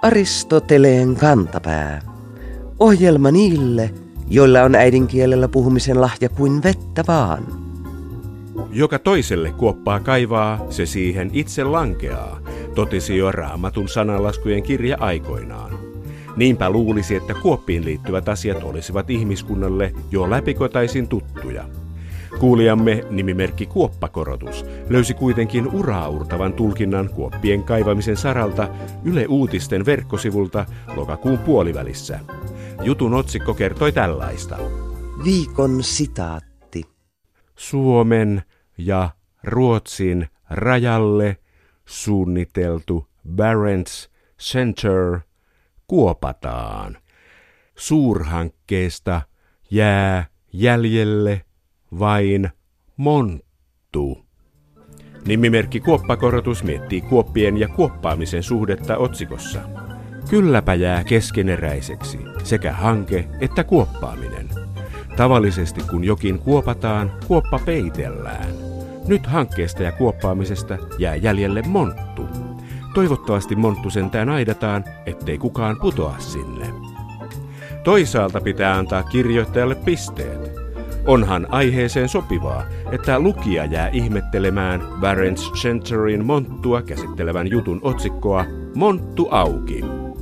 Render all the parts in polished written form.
Aristoteleen kantapää. Ohjelma niille, joilla on äidinkielellä puhumisen lahja kuin vettä vaan. Joka toiselle kuoppaa kaivaa, se siihen itse lankeaa, totesi jo Raamatun sananlaskujen kirja aikoinaan. Niinpä luulisi, että kuoppiin liittyvät asiat olisivat ihmiskunnalle jo läpikotaisin tuttuja. Kuulijamme nimimerkki Kuoppakorotus löysi kuitenkin uraauurtavan tulkinnan kuoppien kaivamisen saralta Yle Uutisten verkkosivulta lokakuun puolivälissä. Jutun otsikko kertoi tällaista. Viikon sitaatti. Suomen ja Ruotsin rajalle suunniteltu Barents Center kuopataan. Suurhankkeesta jää jäljelle vain monttu. Nimimerkki Kuoppakorotus miettii kuoppien ja kuoppaamisen suhdetta otsikossa. Kylläpä jää keskeneräiseksi sekä hanke että kuoppaaminen. Tavallisesti kun jokin kuopataan, kuoppa peitellään. Nyt hankkeesta ja kuoppaamisesta jää jäljelle monttu. Toivottavasti monttu sentään aidataan, ettei kukaan putoa sinne. Toisaalta pitää antaa kirjoittajalle pisteet. Onhan aiheeseen sopivaa, että lukija jää ihmettelemään Barents Centerin monttua käsittelevän jutun otsikkoa Monttu auki.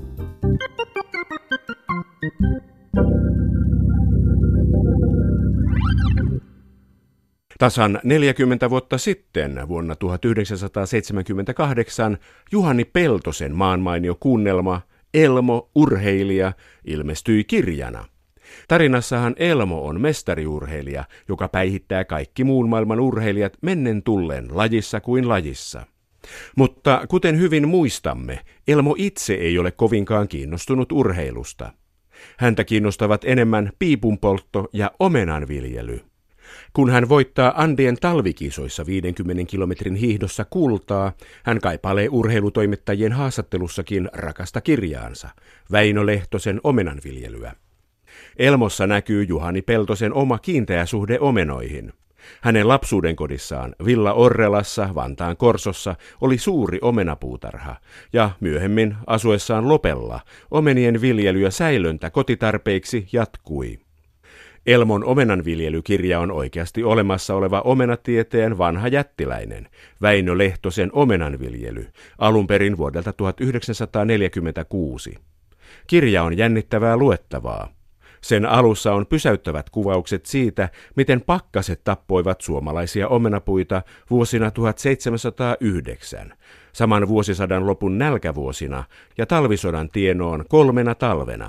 Tasan 40 vuotta sitten, vuonna 1978, Juhani Peltosen maanmainio kuunnelma Elmo, urheilija, ilmestyi kirjana. Tarinassahan Elmo on mestariurheilija, joka päihittää kaikki muun maailman urheilijat mennen tullen lajissa kuin lajissa. Mutta kuten hyvin muistamme, Elmo itse ei ole kovinkaan kiinnostunut urheilusta. Häntä kiinnostavat enemmän piipunpoltto ja omenanviljely. Kun hän voittaa Andien talvikisoissa 50 kilometrin hiihdossa kultaa, hän kaipailee urheilutoimittajien haastattelussakin rakasta kirjaansa, Väinö Lehtosen omenanviljelyä. Elmossa näkyy Juhani Peltosen oma kiinteä suhde omenoihin. Hänen lapsuudenkodissaan Villa Orrelassa Vantaan Korsossa oli suuri omenapuutarha ja myöhemmin asuessaan Lopella omenien viljely ja säilöntä kotitarpeiksi jatkui. Elmon omenanviljelykirja on oikeasti olemassa oleva omenatieteen vanha jättiläinen, Väinö Lehtosen omenanviljely, alun perin vuodelta 1946. Kirja on jännittävää luettavaa. Sen alussa on pysäyttävät kuvaukset siitä, miten pakkaset tappoivat suomalaisia omenapuita vuosina 1709, saman vuosisadan lopun nälkävuosina ja talvisodan tienoon 3 talvena.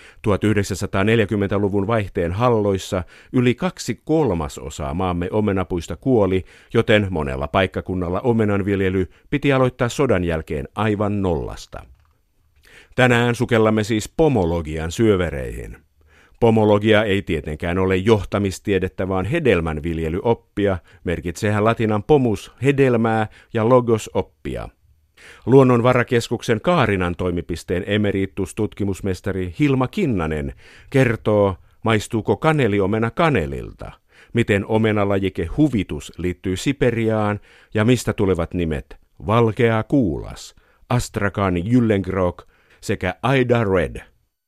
1940-luvun vaihteen halloissa yli 2/3 maamme omenapuista kuoli, joten monella paikkakunnalla omenanviljely piti aloittaa sodan jälkeen aivan nollasta. Tänään sukellamme siis pomologian syövereihin. Pomologia ei tietenkään ole johtamistiedettä, vaan hedelmänviljelyoppia, merkitseehän latinan pomus hedelmää ja logos oppia. Luonnonvarakeskuksen Kaarinan toimipisteen emeritus-tutkimusmestari Hilma Kinnanen kertoo, maistuuko kaneliomena kanelilta, miten omenalajike huvitus liittyy Siperiaan ja mistä tulevat nimet valkea kuulas, Astrakhan gyllengrok sekä Aida Red.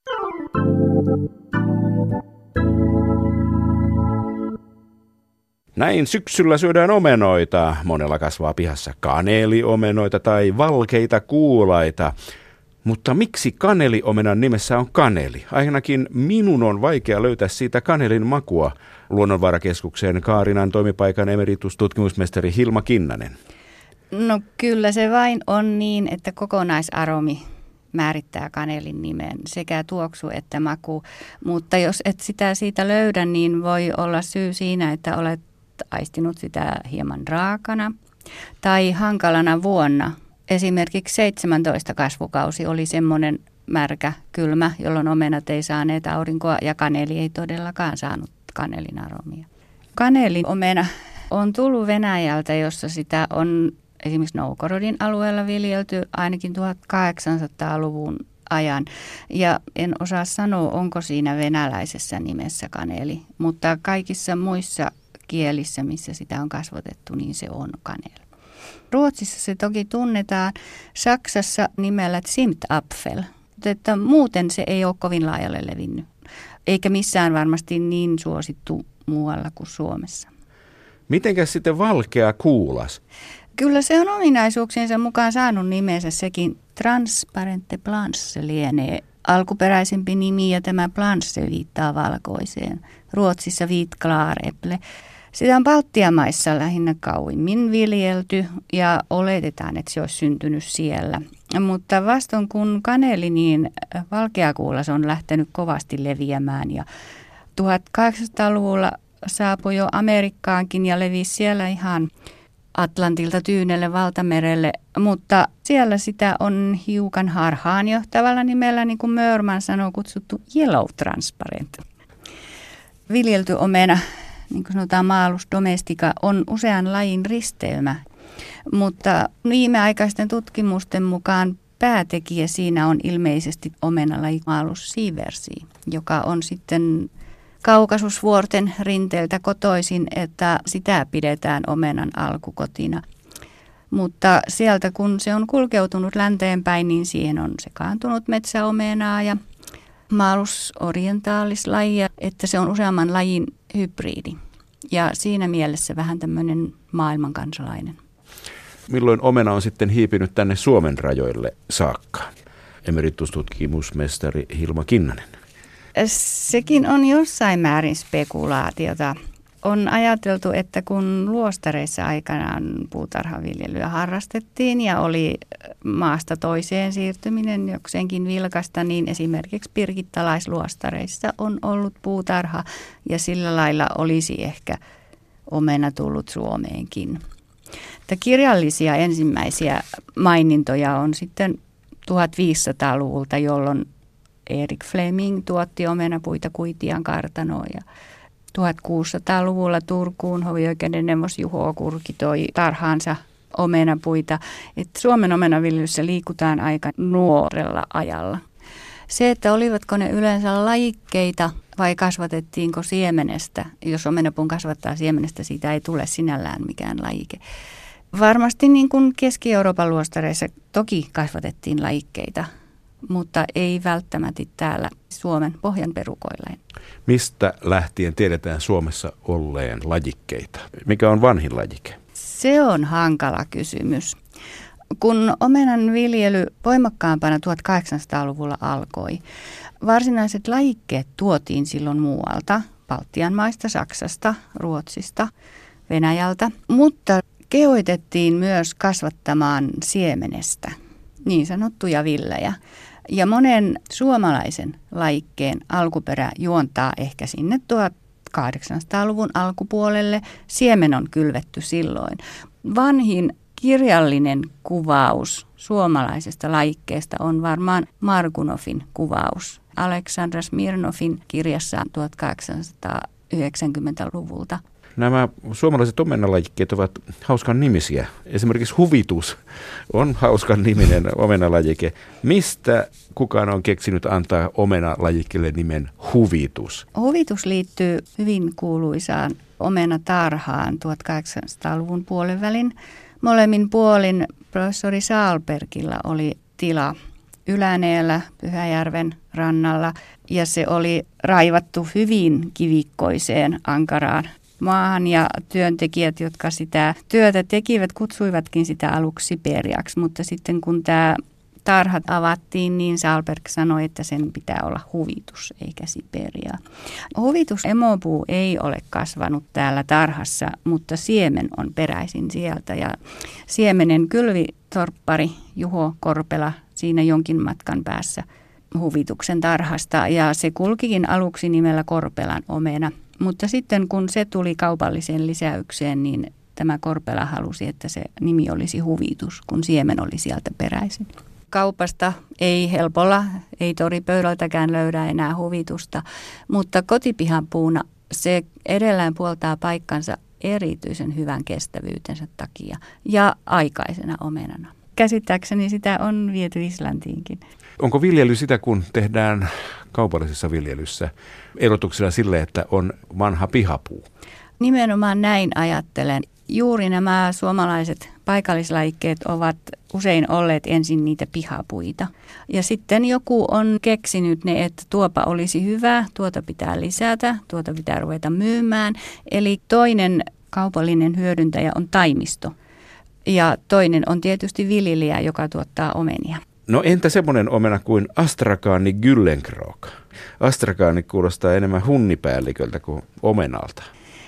Näin syksyllä syödään omenoita. Monella kasvaa pihassa kaneliomenoita tai valkeita kuulaita. Mutta miksi kaneliomenan nimessä on kaneli? Ainakin minun on vaikea löytää siitä kanelin makua. Luonnonvarakeskuksen Kaarinan toimipaikan emeritus-tutkimusmestari Hilma Kinnanen. No kyllä se vain on niin, että kokonaisaromi määrittää kanelin nimen, sekä tuoksu että maku. Mutta jos et sitä siitä löydä, niin voi olla syy siinä, että olet aistinut sitä hieman raakana tai hankalana vuonna. Esimerkiksi 17 kasvukausi oli semmoinen märkä, kylmä, jolloin omenat ei saaneet aurinkoa ja kaneli ei todellakaan saanut kanelin aromia. Kanelin omena on tullut Venäjältä, jossa sitä on esimerkiksi Novgorodin alueella viljelty ainakin 1800-luvun ajan. Ja en osaa sanoa, onko siinä venäläisessä nimessä kaneli, mutta kaikissa muissa kielissä, missä sitä on kasvatettu, niin se on kaneli. Ruotsissa se toki tunnetaan, Saksassa nimellä Zimtapfel, että muuten se ei ole kovin laajalle levinnyt, eikä missään varmasti niin suosittu muualla kuin Suomessa. Mitenkäs sitten valkea kuulas? Kyllä se on ominaisuuksiensa mukaan saanut nimensä, sekin Transparente Blanche lienee alkuperäisempi nimi, ja tämä Blanche viittaa valkoiseen. Ruotsissa Vitklarepple. Sitä on Baltian maissa lähinnä kauimmin viljelty ja oletetaan, että se olisi syntynyt siellä. Mutta vaston kun kaneli, niin valkeakuulas on lähtenyt kovasti leviämään ja 1800-luvulla saapui jo Amerikkaankin ja levisi siellä ihan Atlantilta Tyynelle valtamerelle, mutta siellä sitä on hiukan harhaanjohtavalla nimellä, niin kuin Mörman sanoo, kutsuttu Yellow Transparent. Viljelty omena, niin kuin sanotaan Malus domestica, on usean lajin risteymä, mutta viimeaikaisten tutkimusten mukaan päätekijä siinä on ilmeisesti omenalaji Malus sieversi, joka on sitten Kaukasusvuorten rinteiltä kotoisin, että sitä pidetään omenan alkukotina. Mutta sieltä kun se on kulkeutunut länteenpäin, niin siihen on sekaantunut metsäomenaa ja Malus orientalis lajia, että se on useamman lajin hybridi. Ja siinä mielessä vähän tämmöinen maailmankansalainen. Milloin omena on sitten hiipinyt tänne Suomen rajoille saakka? Emeritustutkimusmestari Hilma Kinnanen. Sekin on jossain määrin spekulaatiota. On ajateltu, että kun luostareissa aikanaan puutarhaviljelyä harrastettiin ja oli maasta toiseen siirtyminen jokseenkin vilkasta, niin esimerkiksi pirkittalaisluostareissa on ollut puutarha ja sillä lailla olisi ehkä omena tullut Suomeenkin. Kirjallisia ensimmäisiä mainintoja on sitten 1500-luvulta, jolloin Erik Fleming tuotti omenapuita Kuitian kartanoon ja 1600-luvulla Turkuun hovioikeuden neuvos Juho Kurki toi tarhaansa omenapuita. Että Suomen omenaviljelyssä liikutaan aika nuorella ajalla. Se, että olivatko ne yleensä lajikkeita vai kasvatettiinko siemenestä, jos omenapuun kasvattaa siemenestä, siitä ei tule sinällään mikään lajike. Varmasti niin kuin Keski-Euroopan luostareissa toki kasvatettiin lajikkeita, mutta ei välttämättä täällä Suomen pohjanperukoilla. Mistä lähtien tiedetään Suomessa olleen lajikkeita? Mikä on vanhin lajike? Se on hankala kysymys. Kun omenan viljely voimakkaampana 1800-luvulla alkoi, varsinaiset lajikkeet tuotiin silloin muualta, Baltian maista, Saksasta, Ruotsista, Venäjältä, mutta kehoitettiin myös kasvattamaan siemenestä, niin sanottuja villejä. Ja monen suomalaisen lajikkeen alkuperä juontaa ehkä sinne 1800-luvun alkupuolelle. Siemen on kylvetty silloin. Vanhin kirjallinen kuvaus suomalaisesta lajikkeesta on varmaan Margunovin kuvaus Aleksandr Smirnovin kirjassa 1890-luvulta. Nämä suomalaiset omenalajikkeet ovat hauskan nimisiä. Esimerkiksi huvitus on hauskan niminen omenalajike. Mistä kukaan on keksinyt antaa omenalajikkeelle nimen huvitus? Huvitus liittyy hyvin kuuluisaan omenatarhaan 1800-luvun puolenvälin. Molemmin puolin professori Saalbergilla oli tila Yläneellä Pyhäjärven rannalla ja se oli raivattu hyvin kivikkoiseen ankaraan maahan ja työntekijät, jotka sitä työtä tekivät, kutsuivatkin sitä aluksi Siperiaksi, mutta sitten kun tämä tarhat avattiin, niin Saalberg sanoi, että sen pitää olla huvitus eikä Siperia. Huvitus emopuu ei ole kasvanut täällä tarhassa, mutta siemen on peräisin sieltä ja siemenen kylvitorppari Juho Korpela siinä jonkin matkan päässä huvituksen tarhasta ja se kulkikin aluksi nimellä Korpelan omena. Mutta sitten kun se tuli kaupalliseen lisäykseen, niin tämä Korpela halusi, että se nimi olisi huvitus, kun siemen oli sieltä peräisin. Kaupasta ei helpolla, ei toripöydältäkään löydä enää huvitusta, mutta kotipihan puuna se edelleen puoltaa paikkansa erityisen hyvän kestävyytensä takia ja aikaisena omenana. Käsittääkseni sitä on viety Islantiinkin. Onko viljely sitä, kun tehdään kaupallisessa viljelyssä erotuksena sille, että on vanha pihapuu? Nimenomaan näin ajattelen. juuri nämä suomalaiset paikallislajikkeet ovat usein olleet ensin niitä pihapuita. Ja sitten joku on keksinyt ne, että tuopa olisi hyvä, tuota pitää lisätä, tuota pitää ruveta myymään. Eli toinen kaupallinen hyödyntäjä on taimisto ja toinen on tietysti viljelijä, joka tuottaa omenia. No entä semmoinen omena kuin Astrakaani Gyllenkrog? Astrakaani kuulostaa enemmän hunnipäälliköltä kuin omenalta.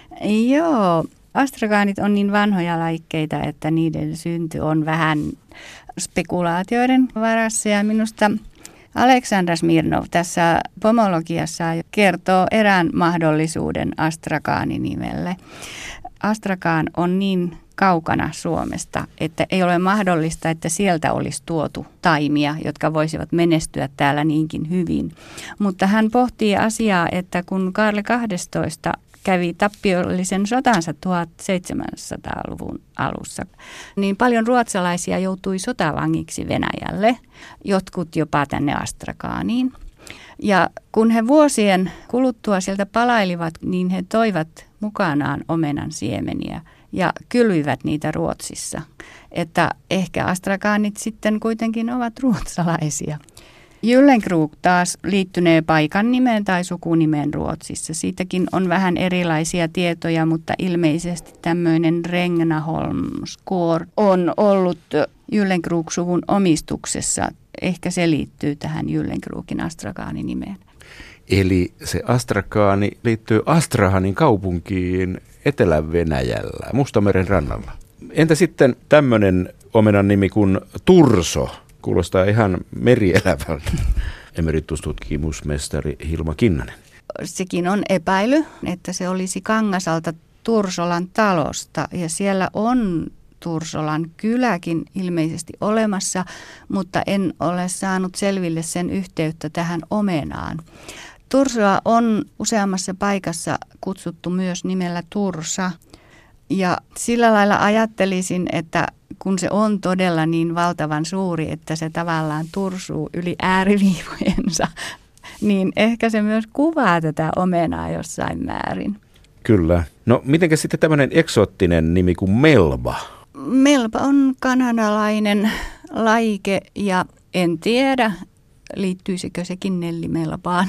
Joo, astrakaanit on niin vanhoja lajikkeita, että niiden synty on vähän spekulaatioiden varassa. Ja minusta Aleksandr Smirnov tässä pomologiassa kertoo erään mahdollisuuden Astrakaani-nimelle. Astrakaan on niin kaukana Suomesta, että ei ole mahdollista, että sieltä olisi tuotu taimia, jotka voisivat menestyä täällä niinkin hyvin. Mutta hän pohtii asiaa, että kun Kaarle XII kävi tappiollisen sotansa 1700-luvun alussa, niin paljon ruotsalaisia joutui sotavangiksi Venäjälle, jotkut jopa tänne Astrakaaniin. Ja kun he vuosien kuluttua sieltä palailivat, niin he toivat mukanaan omenan siemeniä ja kylvivät niitä Ruotsissa. Että ehkä astrakaanit sitten kuitenkin ovat ruotsalaisia. Gyllenkrog taas liittynee paikan nimeen tai sukunimeen Ruotsissa. Siitäkin on vähän erilaisia tietoja, mutta ilmeisesti tämmöinen Regnaholmsgård on ollut Gyllenkrog-suvun omistuksessa. Ehkä se liittyy tähän Gyllenkrogin Astrakaani-nimeen. Eli se Astrakaani liittyy Astrahanin kaupunkiin Etelä-Venäjällä, Mustameren rannalla. Entä sitten tämmöinen omenan nimi kuin Turso? Kuulostaa ihan merielävältä. Emeritustutkimusmestari Hilma Kinnanen. Sekin on epäily, että se olisi Kangasalta Tursolan talosta ja siellä on Tursolan kyläkin ilmeisesti olemassa, mutta en ole saanut selville sen yhteyttä tähän omenaan. Tursoa on useammassa paikassa kutsuttu myös nimellä Tursa ja sillä lailla ajattelisin, että kun se on todella niin valtavan suuri, että se tavallaan tursuu yli ääriviivojensa, niin ehkä se myös kuvaa tätä omenaa jossain määrin. Kyllä. No mitenkä sitten tämmöinen eksoottinen nimi kuin Melba? Melba on kanadalainen lajike ja en tiedä, liittyisikö sekin Nellimelbaan,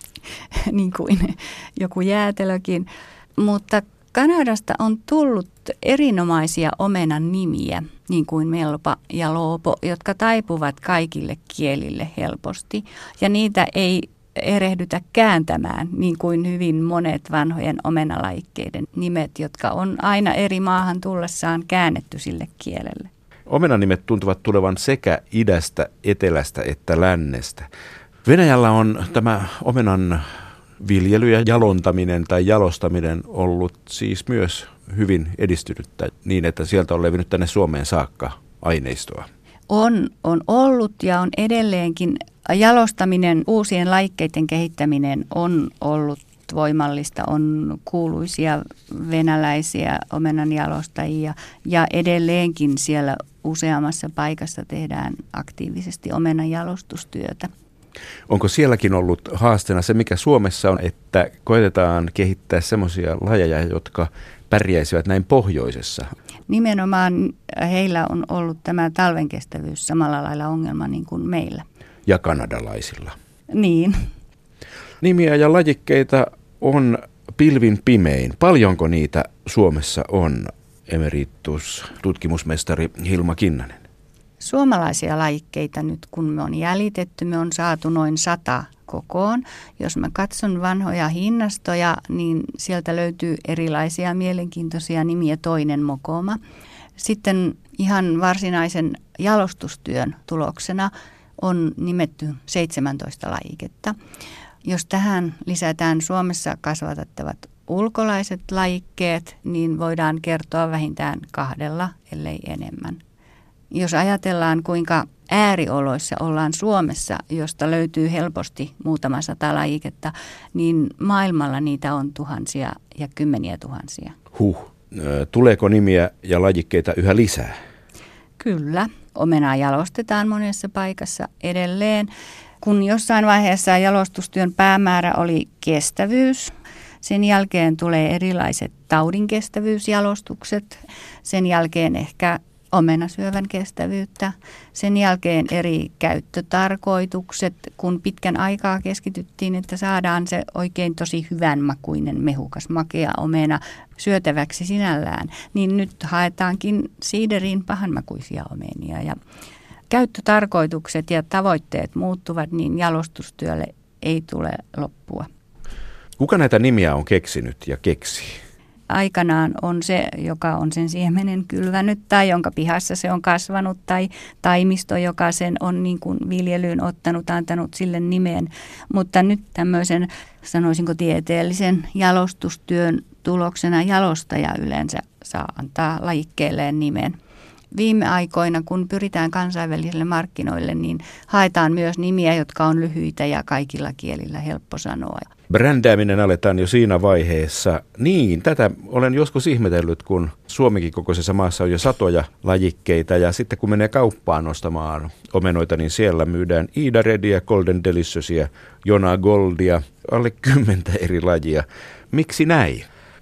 niin kuin joku jäätelökin, mutta Kanadasta on tullut erinomaisia omenan nimiä, niin kuin Melba ja Loopo, jotka taipuvat kaikille kielille helposti. Ja niitä ei erehdytä kääntämään, niin kuin hyvin monet vanhojen omenalajikkeiden nimet, jotka on aina eri maahan tullessaan käännetty sille kielelle. Omenanimet tuntuvat tulevan sekä idästä, etelästä että lännestä. Venäjällä on tämä omenan viljely ja jalontaminen tai jalostaminen ollut siis myös hyvin edistynyttä niin, että sieltä on levinnyt tänne Suomeen saakka aineistoa. On ollut ja on edelleenkin. Jalostaminen, uusien lajikkeiden kehittäminen on ollut voimallista. On kuuluisia venäläisiä omenanjalostajia ja edelleenkin siellä useammassa paikassa tehdään aktiivisesti omenanjalostustyötä. Onko sielläkin ollut haasteena se, mikä Suomessa on, että koetetaan kehittää semmoisia lajeja, jotka pärjäisivät näin pohjoisessa? Nimenomaan heillä on ollut tämä talvenkestävyys samalla lailla ongelma niin kuin meillä. Ja kanadalaisilla. Niin. Nimiä ja lajikkeita on pilvin pimein. Paljonko niitä Suomessa on, emeritus-tutkimusmestari Hilma Kinnanen? Suomalaisia lajikkeita nyt kun me on jäljitetty, me on saatu noin 100 kokoon. Jos mä katson vanhoja hinnastoja, niin sieltä löytyy erilaisia mielenkiintoisia nimiä toinen mokoma. Sitten ihan varsinaisen jalostustyön tuloksena on nimetty 17 lajiketta. Jos tähän lisätään Suomessa kasvatettavat ulkolaiset lajikkeet, niin voidaan kertoa vähintään 2, ellei enemmän. Jos ajatellaan, kuinka äärioloissa ollaan Suomessa, josta löytyy helposti muutama 100 lajiketta, niin maailmalla niitä on tuhansia ja kymmeniä tuhansia. Tuleeko nimiä ja lajikkeita yhä lisää? Kyllä. Omenaa jalostetaan monessa paikassa edelleen. Kun jossain vaiheessa jalostustyön päämäärä oli kestävyys, Sen jälkeen tulee erilaiset taudinkestävyysjalostukset. Sen jälkeen ehkä omenasyövän kestävyyttä. Sen jälkeen eri käyttötarkoitukset, kun pitkän aikaa keskityttiin, että saadaan se oikein tosi hyvän makuinen, mehukas, makea omena syötäväksi sinällään, niin nyt haetaankin siideriin pahanmakuisia omenia. Ja käyttötarkoitukset ja tavoitteet muuttuvat, niin jalostustyölle ei tule loppua. Kuka näitä nimiä on keksinyt ja keksii? Aikanaan on se, joka on sen siemenen kylvänyt tai jonka pihassa se on kasvanut tai taimisto, joka sen on niin kuin viljelyyn ottanut, antanut sille nimen. Mutta nyt tämmöisen, sanoisinko tieteellisen jalostustyön tuloksena jalostaja yleensä saa antaa lajikkeelleen nimen. Viime aikoina, kun pyritään kansainvälisille markkinoille, niin haetaan myös nimiä, jotka on lyhyitä ja kaikilla kielillä helppo sanoa. Brändääminen aletaan jo siinä vaiheessa. Niin, tätä olen joskus ihmetellyt, kun Suomenkin kokoisessa maassa on jo satoja lajikkeita. Ja sitten kun menee kauppaan ostamaan omenoita, niin siellä myydään Ida Redia, Golden Delicious'ia, Jona Goldia, alle 10 eri lajia. Miksi näin?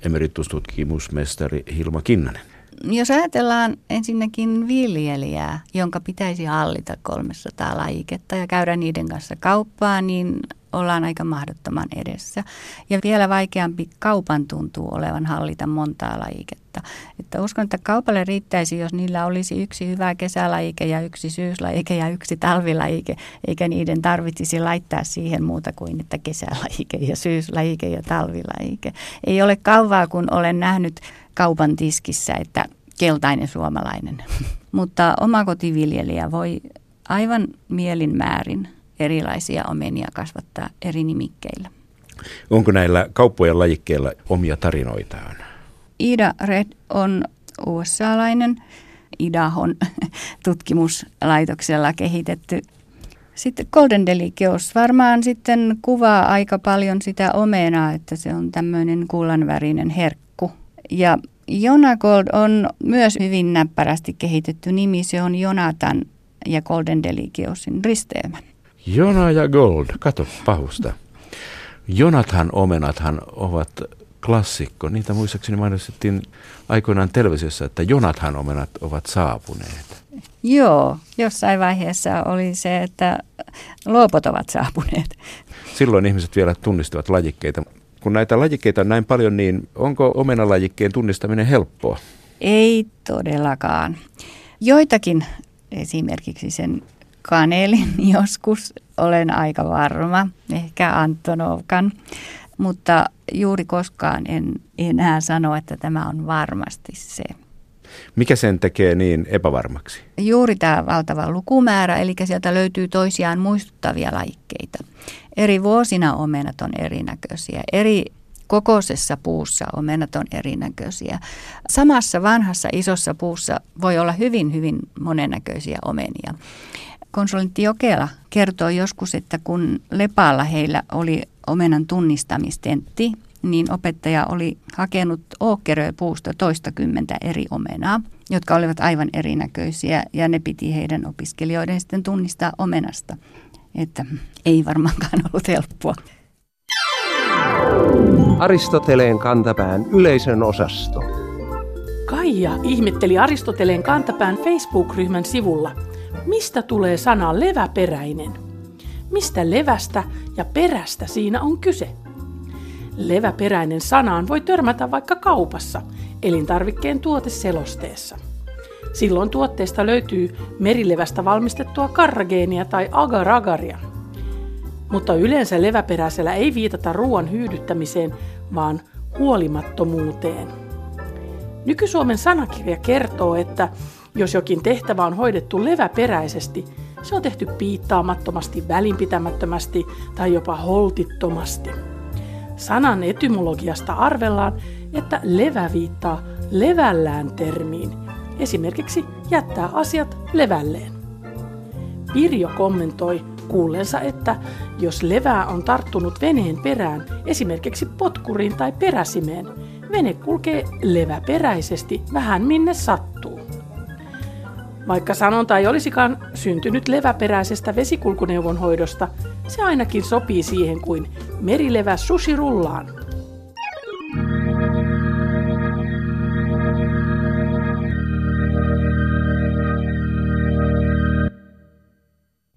Emeritustutkimusmestari Hilma Kinnanen. Jos ajatellaan ensinnäkin viljelijää, jonka pitäisi hallita 300 lajiketta ja käydä niiden kanssa kauppaan, niin ollaan aika mahdottoman edessä. Ja vielä vaikeampi kaupan tuntuu olevan hallita montaa lajiketta. Että uskon, että kaupalle riittäisi, jos niillä olisi yksi hyvä kesälajike ja yksi syyslajike ja yksi talvilajike, eikä niiden tarvitsisi laittaa siihen muuta kuin, että kesälajike ja syyslajike ja talvilajike. Ei ole kauaa, kun olen nähnyt kaupan tiskissä, että keltainen suomalainen. Mutta omakotiviljelijä voi aivan mielinmäärin erilaisia omenia kasvattaa eri nimikkeillä. Onko näillä kauppojen lajikkeilla omia tarinoitaan? Ida Red on USA-lainen, Idahon tutkimuslaitoksella kehitetty. Sitten Golden Delicious varmaan sitten kuvaa aika paljon sitä omenaa, että se on tämmöinen kullanvärinen herkku. Ja Jona Gold on myös hyvin näppärästi kehitetty nimi, se on Jonatan ja Golden Deliciousin risteymä. Jona ja Gold, kato pahusta. Jonathan omenathan ovat klassikko. Niitä muistaakseni mainostettiin aikoinaan televisiossa, että Jonathan omenat ovat saapuneet. Joo, jossain vaiheessa oli se, että loopot ovat saapuneet. Silloin ihmiset vielä tunnistivat lajikkeita. Kun näitä lajikkeita on näin paljon, niin onko omenalajikkeen tunnistaminen helppoa? Ei todellakaan. Joitakin, esimerkiksi sen kanelin joskus olen aika varma, ehkä Antonovkan, mutta juuri koskaan en enää sano, että tämä on varmasti se. Mikä sen tekee niin epävarmaksi? Juuri tämä valtava lukumäärä, eli sieltä löytyy toisiaan muistuttavia lajikkeita. Eri vuosina omenat on erinäköisiä, eri kokoisessa puussa omenat on erinäköisiä. Samassa vanhassa isossa puussa voi olla hyvin, hyvin monennäköisiä omenia. Konsulentti Jokela kertoo joskus, että kun Lepalla heillä oli omenan tunnistamistentti, niin opettaja oli hakenut Åkeröpuusta 20 eri omenaa, jotka olivat aivan erinäköisiä, ja ne piti heidän opiskelijoiden sitten tunnistaa omenasta. Että ei varmaankaan ollut helppoa. Aristoteleen kantapään yleisön osasto. Kaija ihmetteli Aristoteleen kantapään Facebook-ryhmän sivulla, mistä tulee sana leväperäinen. Mistä levästä ja perästä siinä on kyse? Leväperäinen sanaan voi törmätä vaikka kaupassa, elintarvikkeen tuoteselosteessa. Silloin tuotteesta löytyy merilevästä valmistettua karrageenia tai agar-agaria. Mutta yleensä leväperäisellä ei viitata ruoan hyydyttämiseen, vaan huolimattomuuteen. Nyky-Suomen sanakirja kertoo, että jos jokin tehtävä on hoidettu leväperäisesti, se on tehty piittaamattomasti, välinpitämättömästi tai jopa holtittomasti. Sanan etymologiasta arvellaan, että levä viittaa levällään termiin, esimerkiksi jättää asiat levälleen. Pirjo kommentoi kuulleensa, että jos levää on tarttunut veneen perään, esimerkiksi potkuriin tai peräsimeen, vene kulkee leväperäisesti vähän minne sattuu. Vaikka sanonta ei olisikaan syntynyt leväperäisestä vesikulkuneuvonhoidosta, se ainakin sopii siihen kuin merilevä sushi rullaan.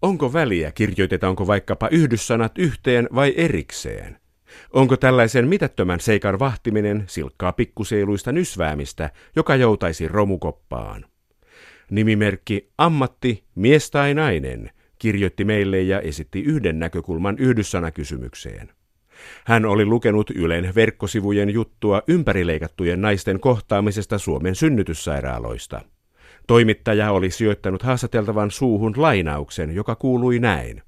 Onko väliä, kirjoitetaanko vaikkapa yhdyssanat yhteen vai erikseen? Onko tällaisen mitättömän seikan vahtiminen silkkaa pikkusieluista nysväämistä, joka joutaisi romukoppaan? Nimimerkki ammatti, mies tai nainen kirjoitti meille ja esitti yhden näkökulman yhdyssanakysymykseen. Hän oli lukenut Ylen verkkosivujen juttua ympärileikattujen naisten kohtaamisesta Suomen synnytyssairaaloista. Toimittaja oli sijoittanut haastateltavan suuhun lainauksen, joka kuului näin.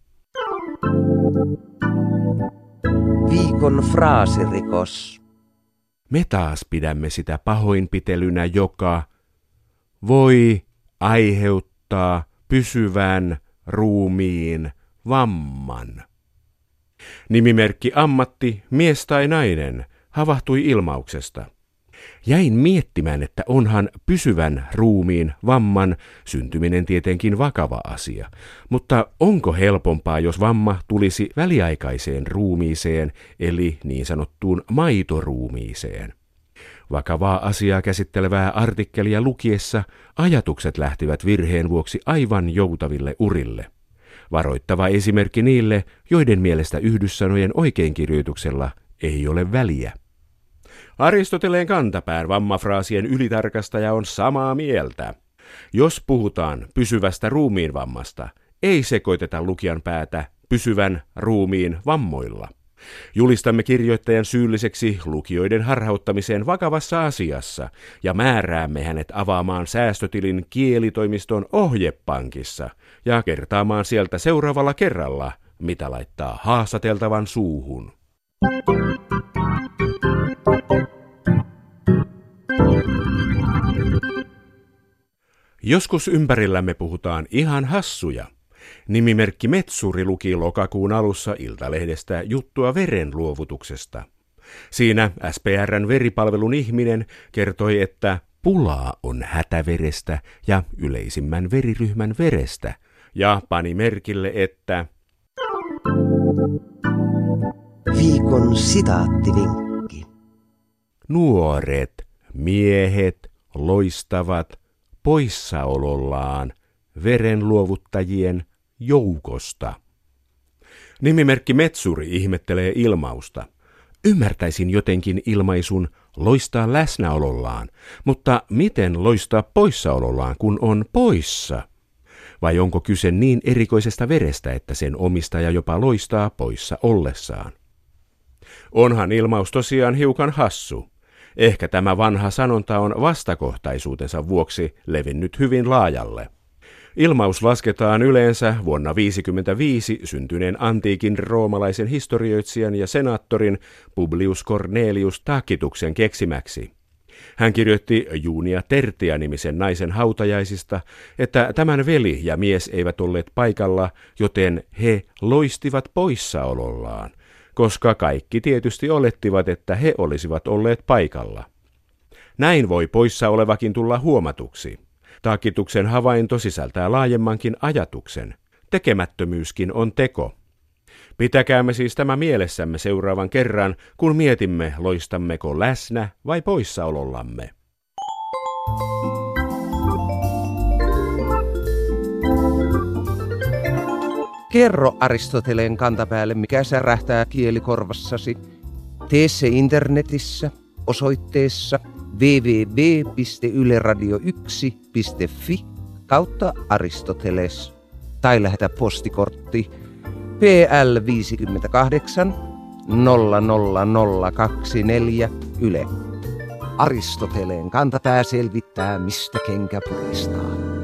Viikon fraasirikos. Me taas pidämme sitä pahoinpitelynä, joka voi aiheuttaa pysyvän ruumiin vamman. Nimimerkki ammatti, mies tai nainen, havahtui ilmauksesta. Jäin miettimään, että onhan pysyvän ruumiin vamman syntyminen tietenkin vakava asia, mutta onko helpompaa, jos vamma tulisi väliaikaiseen ruumiiseen, eli niin sanottuun maitoruumiiseen? Vakavaa asiaa käsittelevää artikkelia lukiessa ajatukset lähtivät virheen vuoksi aivan joutaville urille. Varoittava esimerkki niille, joiden mielestä yhdyssanojen oikeinkirjoituksella ei ole väliä. Aristoteleen kantapään vammafraasien ylitarkastaja on samaa mieltä. Jos puhutaan pysyvästä ruumiinvammasta, ei sekoiteta lukijan päätä pysyvän ruumiin vammoilla. Julistamme kirjoittajan syylliseksi lukijoiden harhauttamiseen vakavassa asiassa ja määräämme hänet avaamaan säästötilin kielitoimiston ohjepankissa ja kertaamaan sieltä seuraavalla kerralla, mitä laittaa haastateltavan suuhun. Joskus ympärillämme puhutaan ihan hassuja. Nimimerkki Metsuri luki lokakuun alussa Iltalehdestä juttua verenluovutuksesta. Siinä SPR:n veripalvelun ihminen kertoi, että pulaa on hätäverestä ja yleisimmän veriryhmän verestä, ja pani merkille, että Viikon sitaattivinkki. nuoret miehet loistavat poissaolollaan verenluovuttajien joukosta. Nimimerkki Metsuri ihmettelee ilmausta. Ymmärtäisin jotenkin ilmaisun loistaa läsnäolollaan, mutta miten loistaa poissaolollaan, kun on poissa? Vai onko kyse niin erikoisesta verestä, että sen omistaja jopa loistaa poissa ollessaan? Onhan ilmaus tosiaan hiukan hassu. Ehkä tämä vanha sanonta on vastakohtaisuutensa vuoksi levinnyt hyvin laajalle. Ilmaus lasketaan yleensä vuonna 1955 syntyneen antiikin roomalaisen historioitsijan ja senaattorin Publius Cornelius Tacituksen keksimäksi. Hän kirjoitti Junia Tertia-nimisen naisen hautajaisista, että tämän veli ja mies eivät olleet paikalla, joten he loistivat poissaolollaan, koska kaikki tietysti olettivat, että he olisivat olleet paikalla. Näin voi poissa olevakin tulla huomatuksi. Tacituksen havainto sisältää laajemmankin ajatuksen. Tekemättömyyskin on teko. Pitäkäämme siis tämä mielessämme seuraavan kerran, kun mietimme, loistammeko läsnä vai poissaolollamme. Kerro Aristoteleen kantapäälle, mikä särähtää kielikorvassasi. Tee se internetissä osoitteessa www.yleradio1.fi/Aristoteles tai lähetä postikortti PL 58 00024 Yle. Aristoteleen kantapää selvittää, mistä kenkä puristaa.